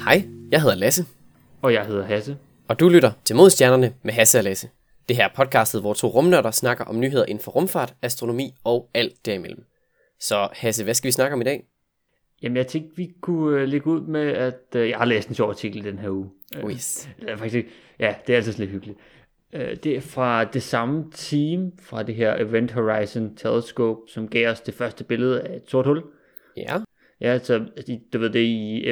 Hej, jeg hedder Lasse. Og jeg hedder Hasse. Og du lytter til Mod Stjernerne med Hasse og Lasse. Det her er podcastet, hvor to rumnørder snakker om nyheder inden for rumfart, astronomi og alt derimellem. Så Hasse, hvad skal vi snakke om i dag? Jamen jeg tænkte, vi kunne lægge ud med, at jeg har læst en sjov artikel den her uge. Yes. Faktisk, ja, det er altid lidt hyggeligt. Det er fra det samme team fra det her Event Horizon Telescope, som gav os det første billede af et sort hul. Ja. Ja, så du ved det i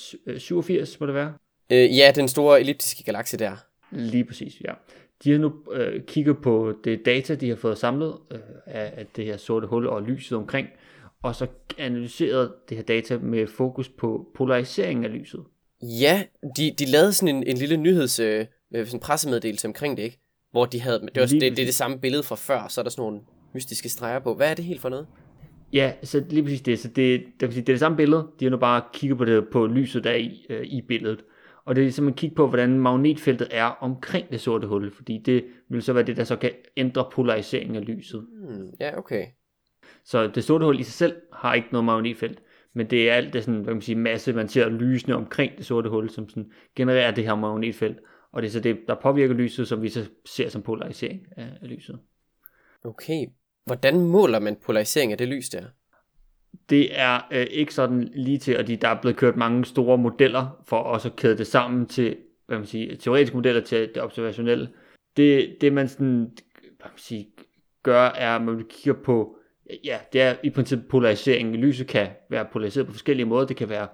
M87, må det være? Ja, den store elliptiske galakse der. Lige præcis, ja. De har nu kigget på det data, de har fået samlet af det her sorte hul og lyset omkring, og så analyseret det her data med fokus på polarisering af lyset. Ja, de lavede sådan en lille sådan pressemeddelelse omkring det, ikke? Hvor de havde, det er det samme billede fra før, så er der sådan nogle mystiske streger på. Hvad er det helt for noget? Ja, så lige præcis det. Så det er det samme billede. De har nu bare kigget på lyset, der er i billedet. Og det er simpelthen kigge på, hvordan magnetfeltet er omkring det sorte hul. Fordi det vil så være det, der så kan ændre polariseringen af lyset. Ja, okay. Så det sorte hul i sig selv har ikke noget magnetfelt. Men det er alt det sådan, hvad kan man sige, masse, man ser lysende omkring det sorte hul, som sådan genererer det her magnetfelt. Og det er så det, der påvirker lyset, som vi så ser som polarisering af lyset. Okay. Hvordan måler man polarisering af det lys der? Det er ikke sådan lige til, og der er blevet kørt mange store modeller for også at kæde det sammen til, hvad man siger, teoretiske modeller til det observationelle. Det man sådan, hvad man siger, gør, er, at man kigger på, ja, det er i princippet polarisering. Lyset kan være polariseret på forskellige måder. Det kan være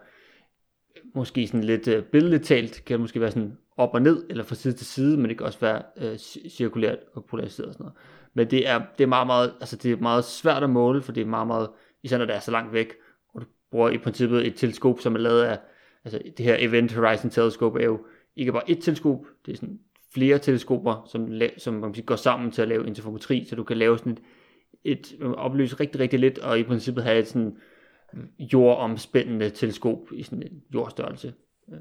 måske sådan lidt billedligt talt, det kan måske være sådan op og ned, eller fra side til side, men det kan også være cirkulært og polariseret og sådan noget. Men det er meget, meget, altså det er meget svært at måle, for det er meget, meget, især når det er så langt væk, og du bruger i princippet et teleskop, som er lavet af, altså det her Event Horizon Telescope er jo ikke bare et teleskop, det er sådan flere teleskoper, som man kan sige, går sammen til at lave interferometri, så du kan lave sådan et opløse rigtig, rigtig lidt, og i princippet have et sådan jordomspændende teleskop i sådan en jordstørrelse.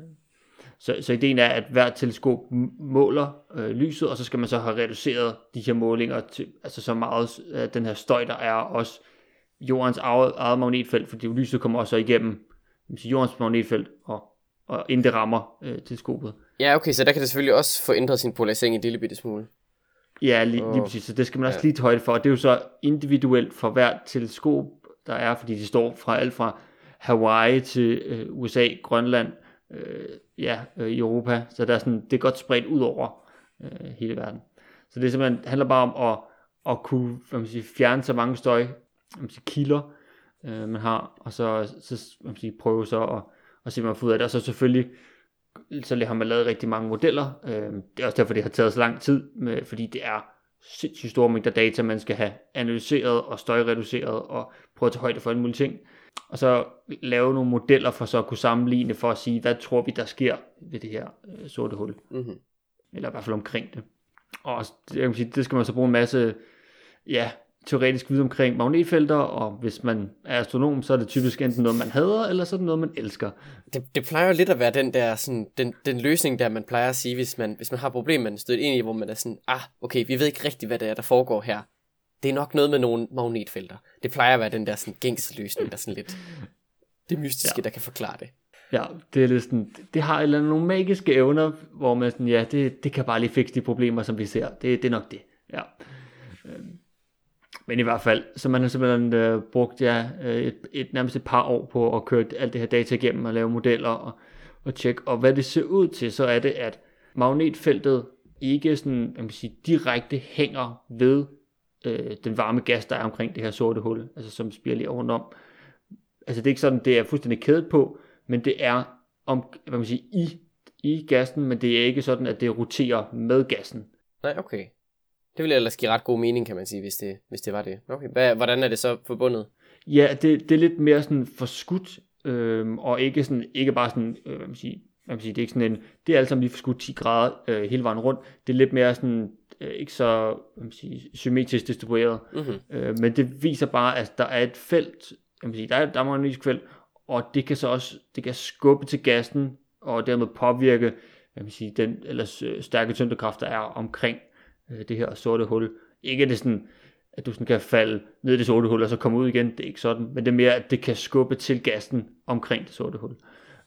Så ideen er, at hvert teleskop måler lyset, og så skal man så have reduceret de her målinger til, altså så meget den her støj, der er også jordens eget magnetfelt, fordi lyset kommer også igennem jordens magnetfelt, og inden det rammer teleskopet. Ja, okay, så der kan det selvfølgelig også få ændret sin polarisering en lille bitte smule. Ja, lige præcis, så det skal man også lige tage højde for, og det er jo så individuelt for hvert teleskop, der er, fordi de står fra alt fra Hawaii til USA, Grønland, i Europa, så der er sådan, det er godt spredt ud over hele verden. Så det simpelthen handler bare om at kunne, hvad man siger, fjerne så mange støj, hvad man siger, kilder man har, og så hvad man siger, prøve så at se, hvad man får ud af det. Og så selvfølgelig, så har man lavet rigtig mange modeller. Det er også derfor, det har taget så lang tid, fordi det er sindssygt store mængder data, man skal have analyseret og støjreduceret og prøve at tage højde for alle mulige ting. Og så lave nogle modeller for så at kunne sammenligne for at sige, hvad tror vi, der sker ved det her sorte hul. Mm-hmm. Eller i hvert fald omkring det. Og jeg kan sige, det skal man så bruge en masse teoretisk viden omkring magnetfelter, og hvis man er astronom, så er det typisk enten noget, man hader, eller så er det noget, man elsker. Det plejer jo lidt at være den der, sådan, den løsning, der man plejer at sige, hvis man har problemer, man støder ind i, hvor man er sådan, okay, vi ved ikke rigtigt, hvad det er, der foregår her. Det er nok noget med nogle magnetfelter. Det plejer at være den der sådan gængse løsning, der sådan lidt det mystiske, der kan forklare det. Ja, det er lidt sådan, det har nogle magiske evner, hvor man sådan, det kan bare lige fikse de problemer, som vi ser. Det er nok det, ja. Men i hvert fald, så man har simpelthen brugt nærmest et par år på at køre alt det her data igennem og lave modeller og tjekke. Og hvad det ser ud til, så er det, at magnetfeltet ikke sådan, man kan sige, direkte hænger ved den varme gas, der er omkring det her sorte hul, altså som spiralerer rundt om. Altså det er ikke sådan, det er fuldstændig kædet på, men det er hvad man sige, i gassen, men det er ikke sådan, at det roterer med gassen. Nej, okay. Det ville ellers give ret god mening, kan man sige, hvis det var det. Okay, hvordan er det så forbundet? Ja, det er lidt mere sådan forskudt, og ikke bare sådan, hvad man siger, det er ikke sådan det er alt sammen lige forskudt 10 grader hele vejen rundt. Det er lidt mere sådan, ikke så symmetrisk distribueret, men det viser bare, at der er et felt, der er et magnetisk felt, og det kan så også skubbe til gassen, og dermed påvirke den ellers stærke tyngdekraft, der er omkring det her sorte hul. Ikke er det sådan, at du sådan kan falde ned i det sorte hul, og så komme ud igen, det er ikke sådan, men det er mere, at det kan skubbe til gassen omkring det sorte hul.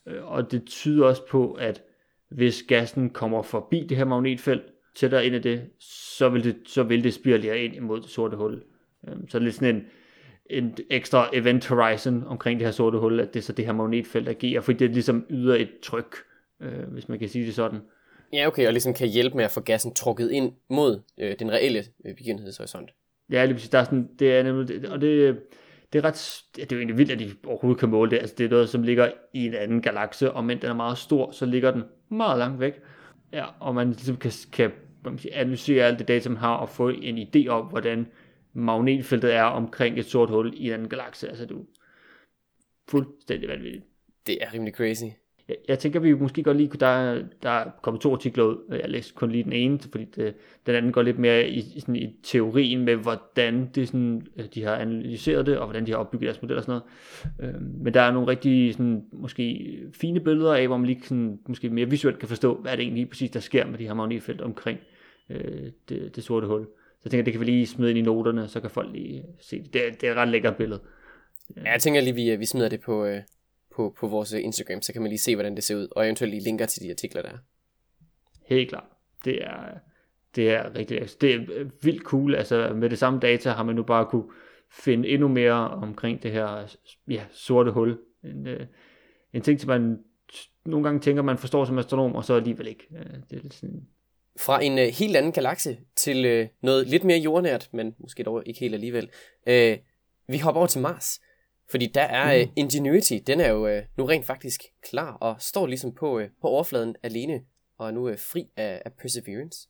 Og det tyder også på, at hvis gassen kommer forbi det her magnetfelt, tættere ind i det, så vil det spiralere ind imod det sorte hul. Så det er lidt sådan en ekstra event horizon omkring det her sorte hul, at det er så det her magnetfelt agerer, fordi det ligesom yder et tryk, hvis man kan sige det sådan. Ja, okay, og ligesom kan hjælpe med at få gassen trukket ind mod den reelle begivenhedshorisont. Ja, lige præcis. Der er sådan, det er nemlig, og det er ret, det er jo egentlig vildt, at de overhovedet kan måle det. Altså det er noget, som ligger i en anden galakse, og men den er meget stor, så ligger den meget langt væk. Ja, og man ligesom kan analysere alt det data, man har, og få en idé om, hvordan magnetfeltet er omkring et sort hul i en anden galakse. Altså det er fuldstændig vanvittigt. Det er rimelig crazy. Jeg tænker, vi måske godt lige, der er kommet 2 artikler ud. Jeg læste kun lige den ene, fordi den anden går lidt mere i teorien med, hvordan det sådan, de har analyseret det, og hvordan de har opbygget deres model og sådan noget. Men der er nogle rigtig sådan, måske fine billeder af, hvor man lige sådan, måske mere visuelt kan forstå, hvad det egentlig præcis der sker med de her magnetfelt omkring det sorte hul. Så jeg tænker, det kan vi lige smide ind i noterne, så kan folk lige se det. Det er et ret lækkert billede. Ja, jeg tænker lige, vi smider det på vores Instagram, så kan man lige se, hvordan det ser ud, og eventuelt lige linker til de artikler der. Helt klart. Det er rigtig, det er vildt cool. Altså med det samme data har man nu bare kunne finde endnu mere omkring det her sorte hul. En ting, som man nogle gange tænker, man forstår som astronom, og så alligevel ikke. Det er lidt sådan... Fra en helt anden galakse til noget lidt mere jordnært, men måske dog ikke helt alligevel. Vi hopper over til Mars. Fordi der er Ingenuity, den er jo nu rent faktisk klar og står ligesom på overfladen alene og er nu fri af Perseverance.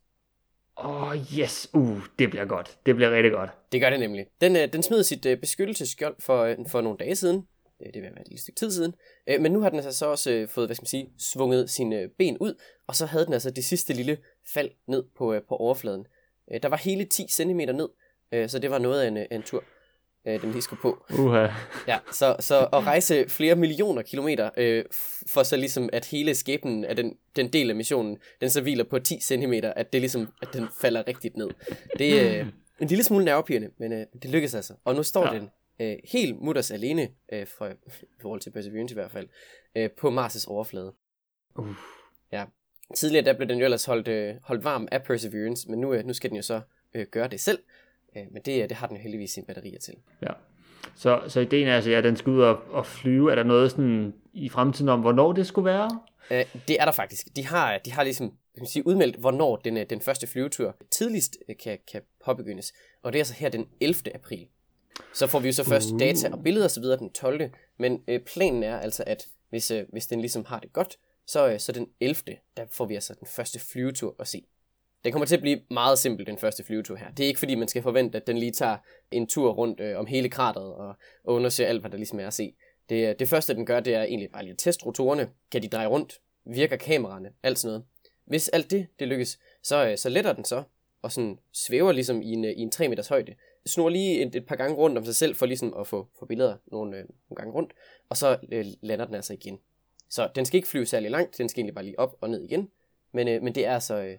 Yes, det bliver godt. Det bliver rigtig godt. Det gør det nemlig. Den smed sit beskyttelsesskjold for nogle dage siden. Det vil være et lille stykke tid siden. Men nu har den altså så også fået, svunget sine ben ud, og så havde den altså det sidste lille fald ned på overfladen. Der var hele 10 cm ned, så det var noget af en tur. Den lige skulle på. Ja, så at rejse flere millioner kilometer, for så ligesom at hele skæbnen af den del af missionen, den så hviler på 10 cm, at det ligesom, at den falder rigtigt ned. Det er en lille smule nervepirrende, men det lykkedes altså. Og nu står den helt mutters alene, i forhold til Perseverance i hvert fald, på Mars' overflade. Ja. Tidligere der blev den jo ellers holdt varm af Perseverance, men nu skal den jo så gøre det selv. Men det har den jo heldigvis sine batterier til. Ja. Så ideen er altså, at den skal ud og flyve. Er der noget sådan i fremtiden om, hvornår det skulle være? Det er der faktisk. De har ligesom udmeldt, hvornår den første flyvetur tidligst kan påbegyndes. Og det er altså her den 11. april. Så får vi jo så først data og billeder og så videre den 12. Men planen er altså, at hvis den ligesom har det godt, så den 11. der får vi altså den første flyvetur at se. Den kommer til at blive meget simpel, den første flyvetur her. Det er ikke fordi, man skal forvente, at den lige tager en tur rundt om hele krateret og undersøger alt, hvad der ligesom er at se. Det første, den gør, det er egentlig bare lige at teste rotorerne. Kan de dreje rundt? Virker kameraerne? Alt sådan noget. Hvis alt det lykkes, så letter den så, og sådan svæver ligesom i en 3 meters højde. Snor lige et par gange rundt om sig selv, for ligesom at få billeder nogle gange rundt, og så lander den altså igen. Så den skal ikke flyve særlig langt, den skal egentlig bare lige op og ned igen. Men det er altså...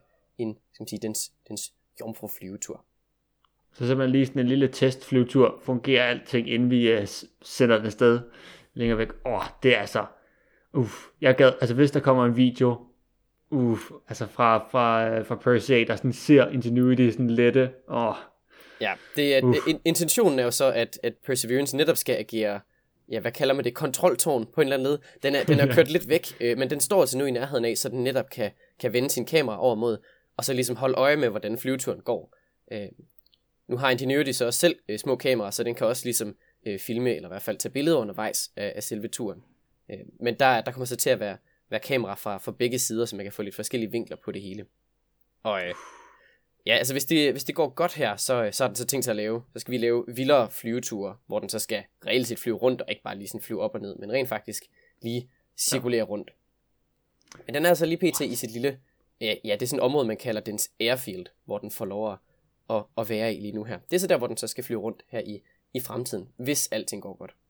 dens jomfruflyvetur. Så simpelthen lige sådan en lille testflyvetur, fungerer alting, inden vi sender den afsted længere væk. Det er altså, jeg gad, altså hvis der kommer en video, altså fra Percy, der sådan ser Ingenuity sådan lette, Ja, intentionen er jo så, at Perseverance netop skal agere, hvad kalder man det, kontroltårn på en eller anden led. Den er kørt lidt væk, men den står altså nu i nærheden af, så den netop kan vende sin kamera over mod, og så ligesom holde øje med, hvordan flyveturen går. Nu har Ingenuity så også selv små kameraer, så den kan også ligesom filme, eller i hvert fald tage billeder undervejs af selve turen. Men der kommer så til at være kamera fra begge sider, så man kan få lidt forskellige vinkler på det hele. Og ja, altså hvis det går godt her, så er den så tænkt sig at lave, så skal vi lave vildere flyveture, hvor den så skal reelt set flyve rundt, og ikke bare lige sådan flyve op og ned, men rent faktisk lige cirkulere rundt. Men den er altså lige pt. I sit lille, det er sådan et område, man kalder dens airfield, hvor den får lov at være i lige nu her. Det er så der, hvor den så skal flyve rundt her i fremtiden, hvis alting går godt.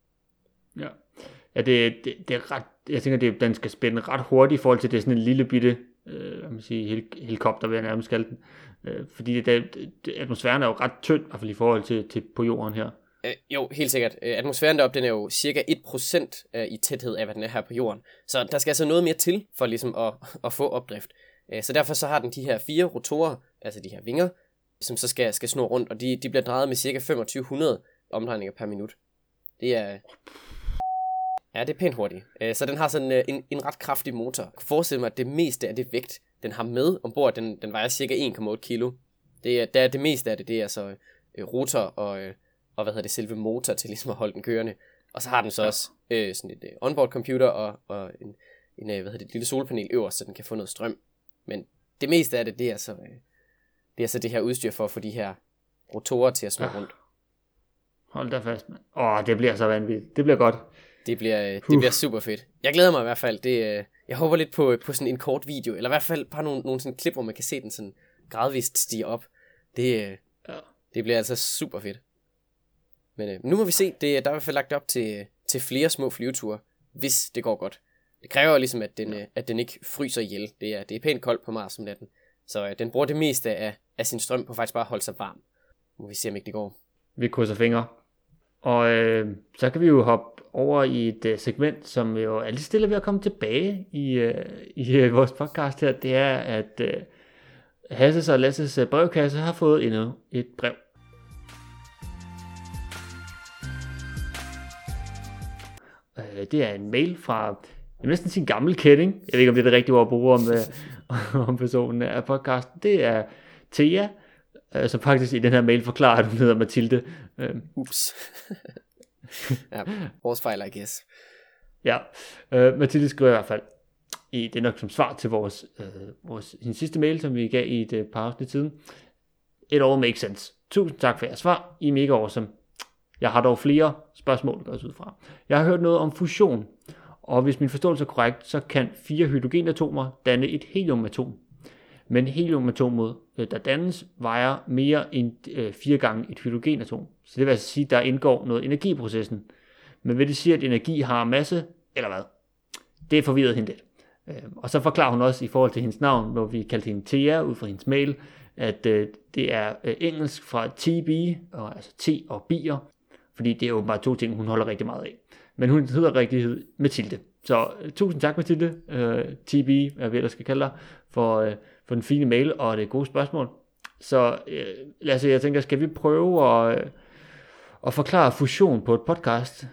Ja, det er ret, jeg tænker, den skal spænde ret hurtigt i forhold til, det er sådan en lille bitte, helikopter, vil jeg nærmest kalde den. Fordi atmosfæren er jo ret tynd, i hvert fald i forhold til på jorden her. Jo, helt sikkert. Atmosfæren deroppe, den er jo cirka 1% i tæthed af, hvad den er her på jorden. Så der skal altså noget mere til, for ligesom at få opdrift. Så derfor så har den de her 4 rotorer, altså de her vinger, som så skal snurre rundt, og de bliver drejet med cirka 2500 omdrejninger per minut. Det er... Ja, det er pænt hurtigt. Så den har sådan en ret kraftig motor. Jeg kan forestille mig, at det meste af det vægt, den har med ombord, den vejer cirka 1,8 kilo. Det meste af det er så rotor og selve motor til ligesom at holde den kørende. Og så har den så også sådan et onboard computer og en lille solpanel øverst, så den kan få noget strøm. Men det meste af det er så det her udstyr for at få de her rotorer til at snurre rundt. Hold da fast, mand. Det bliver så vanvittigt. Det bliver godt. Det bliver super fedt. Jeg glæder mig i hvert fald. Jeg håber lidt på sådan en kort video, eller i hvert fald bare nogle sådan klip, hvor man kan se den sådan gradvist stige op. Det bliver altså super fedt. Men nu må vi se. Der er i hvert fald lagt op til flere små flyveture, hvis det går godt. Det kræver ligesom, at den ikke fryser ihjel. Det er pænt koldt på Mars om natten. Så den bruger det meste af sin strøm på faktisk bare at holde sig varm. Må vi se, om ikke det går. Vi krydser fingre. Og så kan vi jo hoppe over i et segment, som jo er lige stille ved at komme tilbage i vores podcast her. Det er, at Hasses og Lasses brevkasse har fået endnu et brev. Det er en mail fra, jeg vil næsten sige en gammel kending. Jeg ved ikke, om det er det rigtige ord at bruge om personen af podcasten. Det er Thea, som faktisk i den her mail forklarer, at hun hedder Mathilde. Ups. Ja, vores fejl, I guess. Ja, Mathilde skriver i hvert fald, det er nok som svar til sin sidste mail, som vi gav i et par afsnit siden. It all makes sense. Tusind tak for jeres svar. I er mega awesome. Jeg har dog flere spørgsmål, der ud fra. Jeg har hørt noget om fusion, og hvis min forståelse er korrekt, så kan 4 hydrogenatomer danne et heliumatom. Men heliumatomet, der dannes, vejer mere end 4 gange et hydrogenatom. Så det vil altså sige, at der indgår noget energi i processen. Men vil det sige, at energi har masse, eller hvad? Det er forvirret hende lidt. Og så forklarer hun også i forhold til hendes navn, hvor vi kaldte hende Thea ud fra hendes mail, at det er engelsk fra TB, og altså T og bier, fordi det er jo bare 2 ting, hun holder rigtig meget af. Men hun hedder rigtig Mathilde. Så tusind tak, Mathilde, TB, hvad vi ellers skal kalde dig, for den fine mail og det gode spørgsmål. Så Lasse, jeg tænker, skal vi prøve at forklare fusion på et podcast?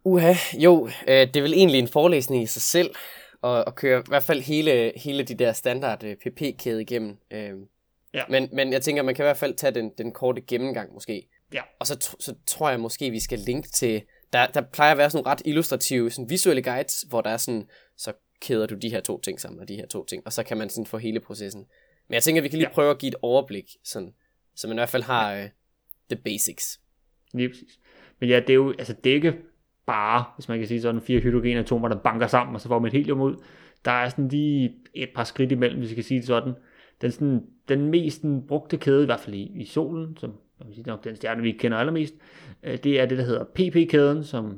Jo, det er vel egentlig en forelæsning i sig selv, at køre i hvert fald hele de der standard PP-kæde igennem. Ja. Men jeg tænker, man kan i hvert fald tage den korte gennemgang måske. Ja. Og så tror jeg måske, vi skal linke til... Der plejer at være sådan nogle ret illustrative sådan visuelle guides, hvor der er sådan, så kæder du de her 2 ting sammen, og de her 2 ting, og så kan man sådan få hele processen. Men jeg tænker, at vi kan lige prøve at give et overblik, sådan, så man i hvert fald har the basics. Lige præcis. Men ja, det er jo, altså det er ikke bare, hvis man kan sige sådan, 4 hydrogenatomer, der banker sammen, og så får man et helium ud. Der er sådan lige et par skridt imellem, hvis vi kan sige det sådan. Den mest brugte kæde, i hvert fald i solen, som man kan sige, nok den stjerne, vi kender allermest, det er det, der hedder PP-kæden, som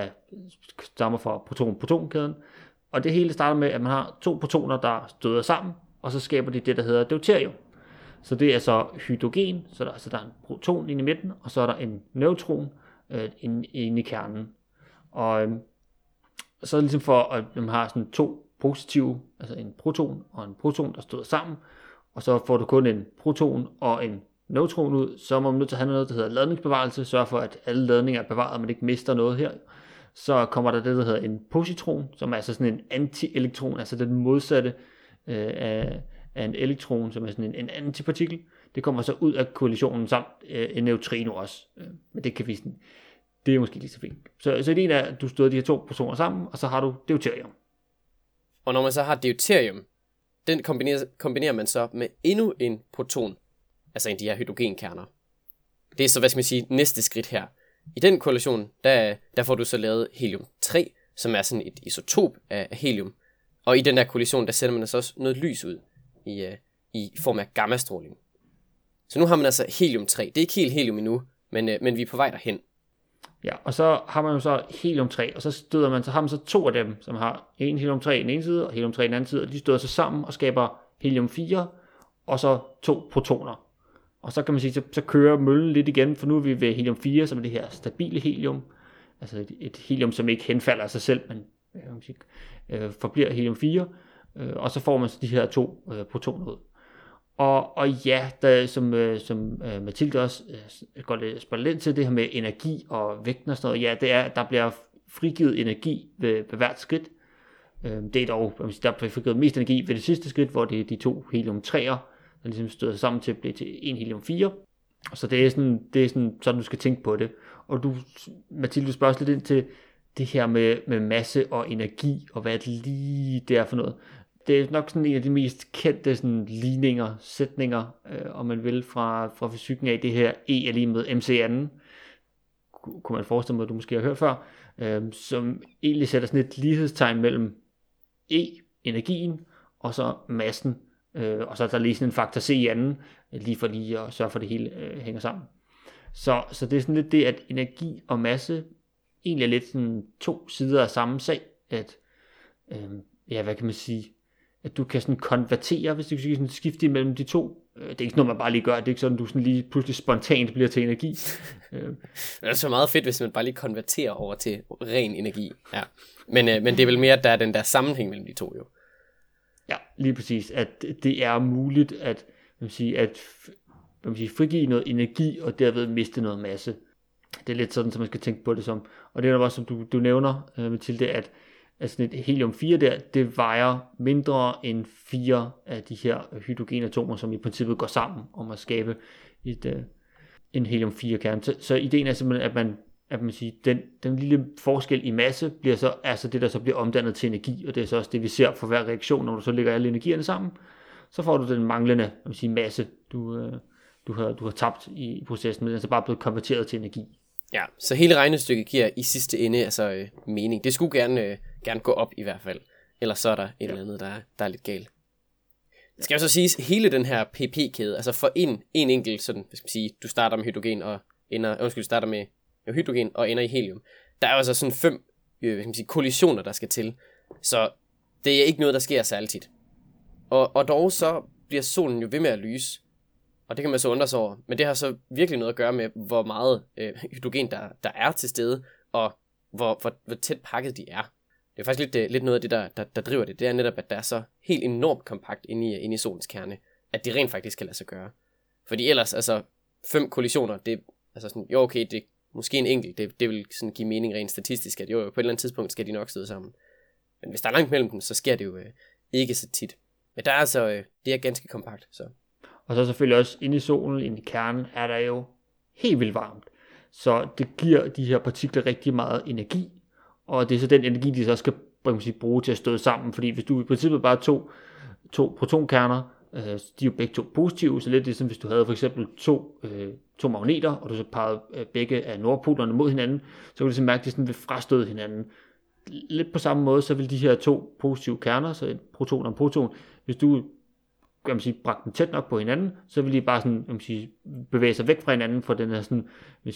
stammer fra proton-proton-kæden. Og det hele starter med, at man har 2 protoner, der støder sammen, og så skaber de det, der hedder deuterium. Så det er så hydrogen, så der er en proton inde i midten, og så er der en neutron inde i kernen. Og så ligesom for, at man har sådan 2 positive, altså en proton og en proton, der støder sammen, og så får du kun en proton og en neutron ud, så må man nødt til at have noget, der hedder ladningsbevarelse, sørge for, at alle ladninger er bevaret, og man ikke mister noget her. Så kommer der det, der hedder en positron, som er altså sådan en anti-elektron, altså den modsatte af en elektron, som er sådan en antipartikel. Det kommer så ud af kollisionen samt en neutrino også. Men det kan vi sådan, det er måske lige så fint. Så ideen er, at du støder de her 2 protoner sammen, og så har du deuterium. Og når man så har deuterium, den kombinerer man så med endnu en proton, altså en af de her hydrogenkerner. Det er så, hvad skal man sige, næste skridt her. I den korrelation, der får du så lavet helium-3, som er sådan et isotop af helium. Og i den der kollision, der sender man altså også noget lys ud i form af gammastråling. Så nu har man altså helium-3. Det er ikke helt helium endnu, men vi er på vej derhen. Ja, og så har man jo så helium-3, og så har man så 2 af dem, som har en helium-3 i den ene side, og helium-3 i den anden side, og de støder sig sammen og skaber helium-4, og så 2 protoner. Og så kan man sige, så kører møllen lidt igen, for nu er vi ved helium 4, som er det her stabile helium. Altså et helium, som ikke henfalder af sig selv, men forbliver helium 4. Og så får man så de her 2 protoner ud. Og ja, som Mathilde også spørger lidt til det her med energi og vægten og sådan noget. Ja, det er, der bliver frigivet energi ved hvert skridt. Det er dog, der bliver frigivet mest energi ved det sidste skridt, hvor det er de 2 helium 3'er, der ligesom støder sammen til at blive til 1 helium 4. Så det er sådan, du skal tænke på det. Og Mathilde, du spørger lidt ind til det her med masse og energi, og hvad det lige det er for noget. Det er nok sådan en af de mest kendte sådan ligninger, sætninger, om man vil, fra fysikken af det her E er lige med MC2, kunne man forestille mig, at du måske har hørt før, som egentlig sætter sådan et lighedstegn mellem E, energien, og så massen, og så er der lige sådan en faktor C i anden, lige for lige at sørge for, at det hele hænger sammen. Så det er sådan lidt det, at energi og masse egentlig er lidt sådan 2 sider af samme sag, at, hvad kan man sige, at du kan sådan konvertere, hvis du kan sådan skifte imellem de 2. Det er ikke noget, man bare lige gør, det er ikke sådan, du sådan lige pludselig spontant bliver til energi. Det er så meget fedt, hvis man bare lige konverterer over til ren energi. Ja. Men det er vel mere, at der er den der sammenhæng mellem de 2 jo. Ja, lige præcis, at det er muligt at frigive noget energi, og derved miste noget masse. Det er lidt sådan, som man skal tænke på det som. Og det er også, som du nævner, Mathilde, at sådan et helium 4 der, det vejer mindre end 4 af de her hydrogenatomer, som i princippet går sammen om at skabe en helium 4 kerne. Så ideen er simpelthen, at man siger, den lille forskel i masse bliver så det, der så bliver omdannet til energi, og det er så også det, vi ser for hver reaktion, når du så lægger alle energierne sammen, så får du den manglende masse, du har tabt i processen, men den er så bare blevet konverteret til energi. Ja, så hele regnestykket giver i sidste ende altså mening. Det skulle gerne gå op i hvert fald. Ellers så er der et eller andet, der er lidt galt. Det skal jo så siges, hele den her pp-kæde, altså for en enkelt sådan, hvad skal man sige, du starter med hydrogen og starter med hydrogen og ender i helium. Der er jo altså sådan 5 kollisioner, der skal til. Så det er ikke noget, der sker særligt tit. Og dog så bliver solen jo ved med at lyse. Og det kan man så undre sig over. Men det har så virkelig noget at gøre med, hvor meget hydrogen der er til stede, og hvor tæt pakket de er. Det er faktisk lidt noget af det, der driver det. Det er netop, at der er så helt enormt kompakt inde i solens kerne, at det rent faktisk kan lade sig gøre. Fordi ellers, altså 5 kollisioner, det er altså sådan, jo okay, det er måske en enkelt, det vil sådan give mening rent statistisk, at jo på et eller andet tidspunkt skal de nok støde sammen. Men hvis der er langt mellem dem, så sker det jo ikke så tit. Men der er altså, det er ganske kompakt, så. Og så selvfølgelig også inde i solen, inde i kernen, er der jo helt vildt varmt. Så det giver de her partikler rigtig meget energi, og det er så den energi, de så skal bruge til at støde sammen. Fordi hvis du i princippet bare to protonkerner, de er jo begge 2 positive, så lidt ligesom hvis du havde for eksempel to magneter, og du så pegede begge af nordpolerne mod hinanden, så kan du simpelthen mærke, at de sådan vil frastøde hinanden. Lidt på samme måde, så vil de her 2 positive kerner, så en proton og en proton, hvis du bragte dem tæt nok på hinanden, så vil de bare sådan, bevæge sig væk fra hinanden, for den her sådan,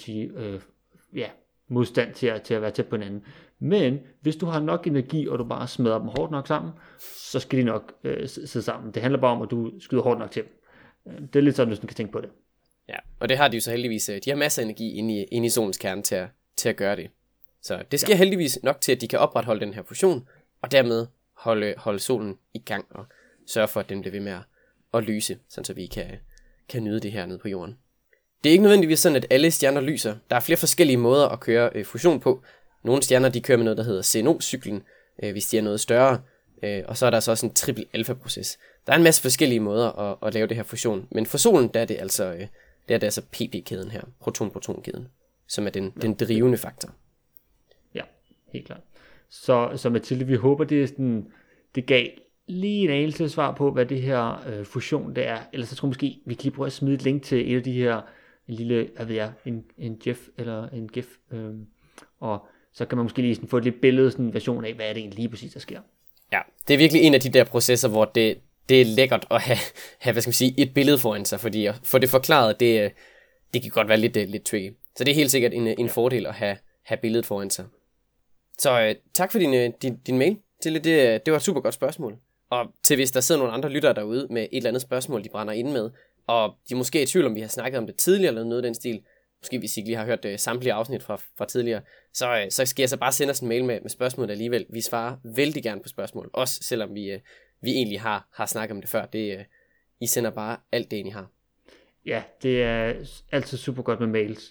modstand til at være tæt på hinanden. Men hvis du har nok energi, og du bare smadrer dem hårdt nok sammen, så skal de nok sidde sammen. Det handler bare om, at du skyder hårdt nok til dem. Det er lidt sådan, du kan tænke på det. Ja, og det har de jo så heldigvis. De har masser af energi inde i solens kerne til at gøre det. Så det sker heldigvis nok til, at de kan opretholde den her fusion, og dermed holde solen i gang og sørge for, at den bliver ved med at lyse, så vi kan nyde det her nede på jorden. Det er ikke nødvendigvis sådan, at alle stjerner lyser. Der er flere forskellige måder at køre fusion på. Nogle stjerner, de kører med noget, der hedder CNO-cyklen, hvis de er noget større. Og så er der så også en triple alfa-proces. Der er en masse forskellige måder at lave det her fusion. Men for solen, der er det altså pp-kæden her, proton-proton-kæden, som er den drivende faktor. Ja, helt klart. Så Mathilde, vi håber, det gav lige en anelse svar på, hvad det her fusion det er. Ellers så tror jeg måske, vi kan prøve at smide et link til et af de her, en lille, en GIF eller en GIF. Og så kan man måske lige sådan få et lidt billede, sådan en version af, hvad er det egentlig lige præcis, der sker. Ja, det er virkelig en af de der processer, hvor det er lækkert at have hvad skal man sige, et billede foran sig, fordi at få det forklaret, det kan godt være lidt tricky. Så det er helt sikkert en fordel at have billedet foran sig. Så tak for din mail. Det var et super godt spørgsmål. Og til hvis der sidder nogle andre lyttere derude med et eller andet spørgsmål, de brænder inde med, Og de er måske i tvivl om, vi har snakket om det tidligere, eller noget af den stil. Måske hvis I ikke lige har hørt samtlige afsnit fra tidligere, så skal jeg så bare sende os en mail med spørgsmål alligevel. Vi svarer vældig gerne på spørgsmål, også selvom vi egentlig har snakket om det før. I sender bare alt det, I har. Ja, det er altid super godt med mails.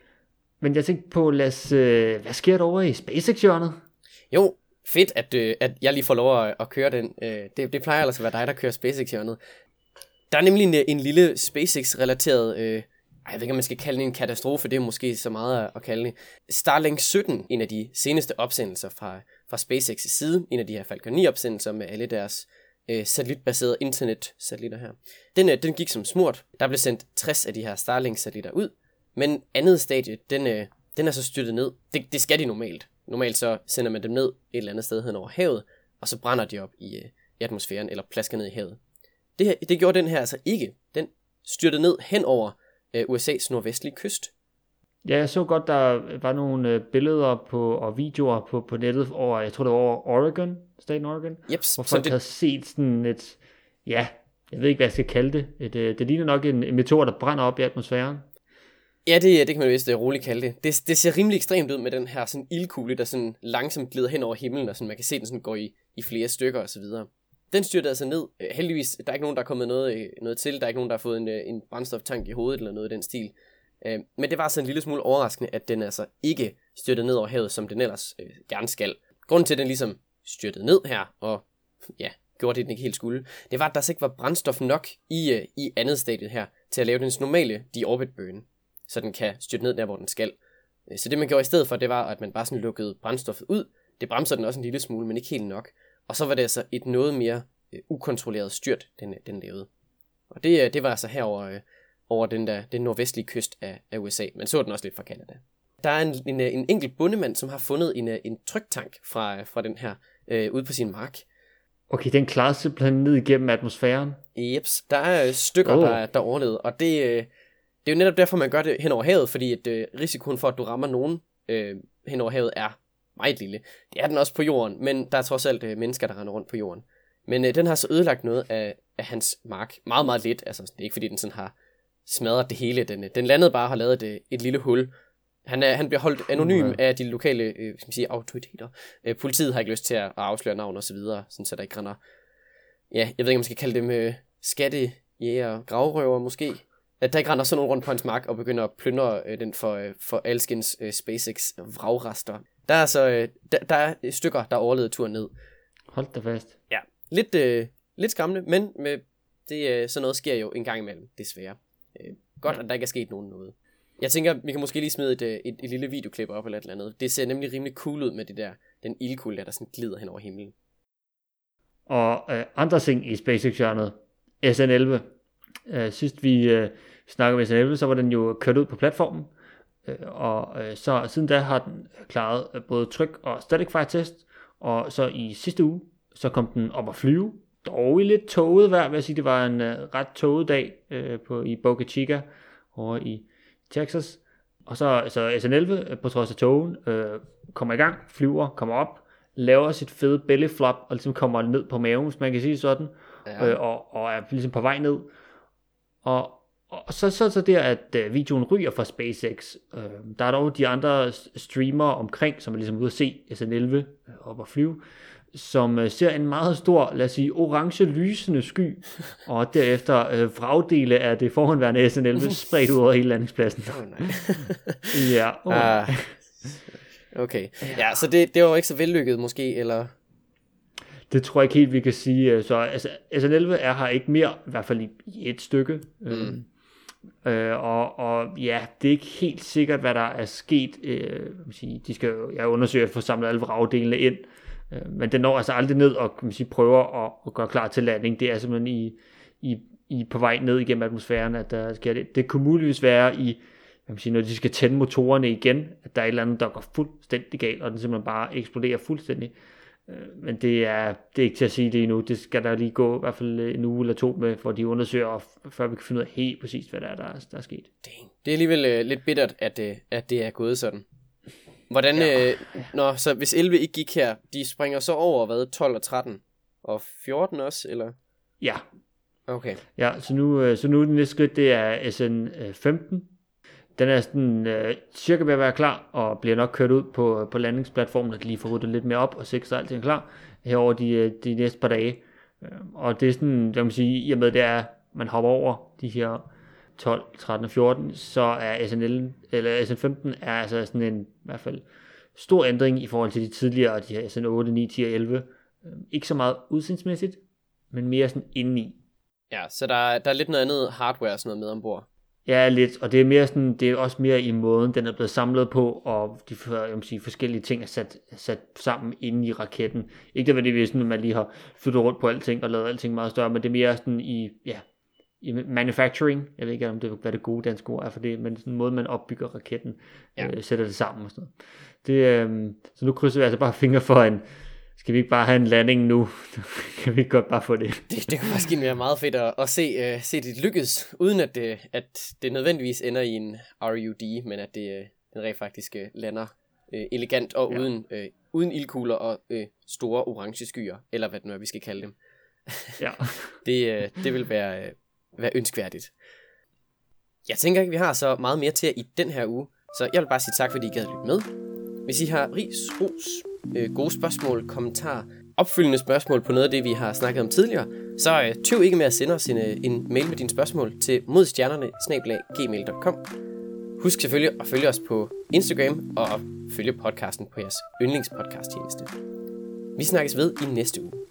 Men jeg tænkte på, hvad sker der over i SpaceX-hjørnet? Jo, fedt, at jeg lige får lov at køre den. Det plejer altså at være dig, der kører SpaceX-hjørnet. Der er nemlig en lille SpaceX-relateret, jeg ved ikke, om man skal kalde det en katastrofe, det er måske så meget at kalde det. Starlink 17, en af de seneste opsendelser fra SpaceX' side, en af de her Falcon 9-opsendelser med alle deres satellitbaserede internetsatellitter her. Den gik som smurt. Der blev sendt 60 af de her Starlink-satellitter ud, men andet stadie, den er så styrtet ned. Det skal de normalt. Normalt så sender man dem ned et eller andet sted hen over havet, og så brænder de op i atmosfæren, eller plasker ned i havet. Det gjorde den her altså ikke. Den styrtede ned hen over USA's nordvestlige kyst. Ja, jeg så godt, der var nogle billeder og videoer på nettet over, jeg tror det var over Oregon, staten Oregon, Jeps, hvor folk havde set sådan et, ja, jeg ved ikke, hvad jeg skal kalde det. Det ligner nok en meteor, der brænder op i atmosfæren. Ja, det kan man vist roligt kalde det. Det ser rimelig ekstremt ud med den her sådan ildkugle, der sådan langsomt glider hen over himlen, og sådan, man kan se den sådan går i flere stykker og så videre. Den styrtede altså ned. Heldigvis, der er ikke nogen, der er kommet noget til. Der er ikke nogen, der har fået en brændstoftank i hovedet eller noget i den stil. Men det var altså en lille smule overraskende, at den altså ikke styrtede ned over havet, som den ellers gerne skal. Grunden til, at den ligesom styrtede ned her, og ja, gjorde det, den ikke helt skulle, det var, at der altså ikke var brændstof nok i andet stadiet her, til at lave dens normale de-orbit burn, så den kan styrte ned der, hvor den skal. Så det, man gjorde i stedet for, det var, at man bare sådan lukkede brændstoffet ud. Det bremser den også en lille smule, men ikke helt nok. Og så var det altså et noget mere ukontrolleret styrt, den lavede. Og det var altså herover over den nordvestlige kyst af USA. Man så den også lidt fra Canada. Der er en enkelt bondemand, som har fundet en tryktank fra den her ude på sin mark. Okay, den klarede simpelthen ned igennem atmosfæren. Jeps, der er stykker, der overlevede, og det er jo netop derfor, man gør det hen over havet, fordi at risikoen for, at du rammer nogen hen over havet, er meget lille. Det er den også på jorden, men der er trods alt mennesker, der render rundt på jorden. Men den har så ødelagt noget af hans mark. Meget, meget lidt. Altså, det er ikke fordi, den sådan har smadret det hele. Den landede bare og har lavet et lille hul. Han bliver holdt anonym af de lokale skal man sige, autoriteter. Politiet har ikke lyst til at afsløre navn og så videre, sådan, så der ikke render. Ja, jeg ved ikke, om man skal kalde dem skattejæger, gravrøver måske. At der ikke render sådan nogen rundt på hans mark og begynder at plyndre den for alskens SpaceX vragrester. Der er altså der er stykker, der overlevede turen ned. Hold da fast. Ja, lidt skræmmende, men sådan noget sker jo en gang imellem, desværre. Godt, at der ikke er sket noget. Jeg tænker, vi kan måske lige smide et lille videoklip op eller et eller andet. Det ser nemlig rimelig cool ud med den ildkugle, der sådan glider hen over himlen. Og andre ting i SpaceX-hjørnet. SN11. Sidst vi snakkede med SN11, så var den jo kørt ud på platformen. Så siden da har den klaret både tryk- og static fire test. Og så i sidste uge, så kom den op at flyve. Dog i lidt tåget vejr, vil jeg sige. Det var en ret tåget dag i Boca Chica over i Texas. Og så SN11 på trods af tågen kommer i gang, flyver, kommer op, laver sit fede belly flop og ligesom kommer ned på maven, hvis man kan sige sådan. Ja. Og er ligesom på vej ned. Og så der, at videoen ryger fra SpaceX. Der er dog de andre streamere omkring, som er ligesom ude at se SN11 op og flyve, som ser en meget stor, lad os sige, orange lysende sky, og derefter vragdele af det forhåndværende SN11 spredt ud over hele landingspladsen. Ja. Okay. Ja, så det var jo ikke så vellykket måske, eller? Det tror jeg ikke helt, vi kan sige. Så altså, SN11 er her ikke mere, i hvert fald i et stykke. Og ja, det er ikke helt sikkert, hvad der er sket. De skal jo undersøge at få samlet alle vragdelene ind. Men den når altså aldrig ned og kan man sige, prøver at gøre klar til landing. Det er simpelthen i på vej ned igennem atmosfæren, at der sker det. Det kunne muligvis være når de skal tænde motorerne igen, at der er et eller andet, der går fuldstændig galt, og den simpelthen bare eksploderer fuldstændig. Men det er ikke til at sige det endnu. Det skal der lige gå i hvert fald en uge eller to med, for de undersøger, før vi kan finde ud af helt præcis, hvad der er sket. Det er alligevel lidt bittert, at det er gået sådan. Hvordan, så hvis 11 ikke gik her, de springer så over, 12 og 13 og 14 også, eller? Ja, Okay. Ja, så nu det næste skridt, det er SN15. Den er sådan cirka ved at være klar, og bliver nok kørt ud på landingsplatformen, at de lige får ryddet lidt mere op, og sikre alt er klar herover de næste par dage. Og det er sådan, jeg må sige, i og med det er, man hopper over de her 12, 13 og 14, så er SN15 er altså sådan en, i hvert fald, stor ændring i forhold til de tidligere, de her SN8, 9, 10 og 11. Ikke så meget udseendsmæssigt, men mere sådan indeni. Ja, så der er lidt noget andet hardware og sådan noget med ombord. Ja, lidt, og det er mere sådan, det er også mere i måden, den er blevet samlet på, og de forskellige ting er sat sammen inde i raketten. Ikke nødvendigvis sådan, at man lige har flyttet rundt på alting og lavet alting meget større, men det er mere sådan i manufacturing. Jeg ved ikke, om det hvad det gode danske ord er for det, men sådan en måde, man opbygger raketten, sætter det sammen og sådan noget. Så nu krydser vi altså bare fingre for skal vi ikke bare have en landing nu? Kan vi ikke godt bare få det? Det kunne faktisk være meget fedt at se det lykkes, uden at det nødvendigvis ender i en RUD, men at den rent faktisk lander elegant og uden ildkugler og store orange skyer, eller hvad det nu er, vi skal kalde dem. Ja. Det vil være ønskværdigt. Jeg tænker ikke, vi har så meget mere til i den her uge, så jeg vil bare sige tak, fordi I gad lytte med. Hvis I har ris, ros, gode spørgsmål, kommentarer, opfølgende spørgsmål på noget af det, vi har snakket om tidligere, så tøv ikke med at sende os en mail med dine spørgsmål til modstjernerne@gmail.com. Husk selvfølgelig at følge os på Instagram og følge podcasten på jeres yndlingspodcast-tjeneste. Vi snakkes ved i næste uge.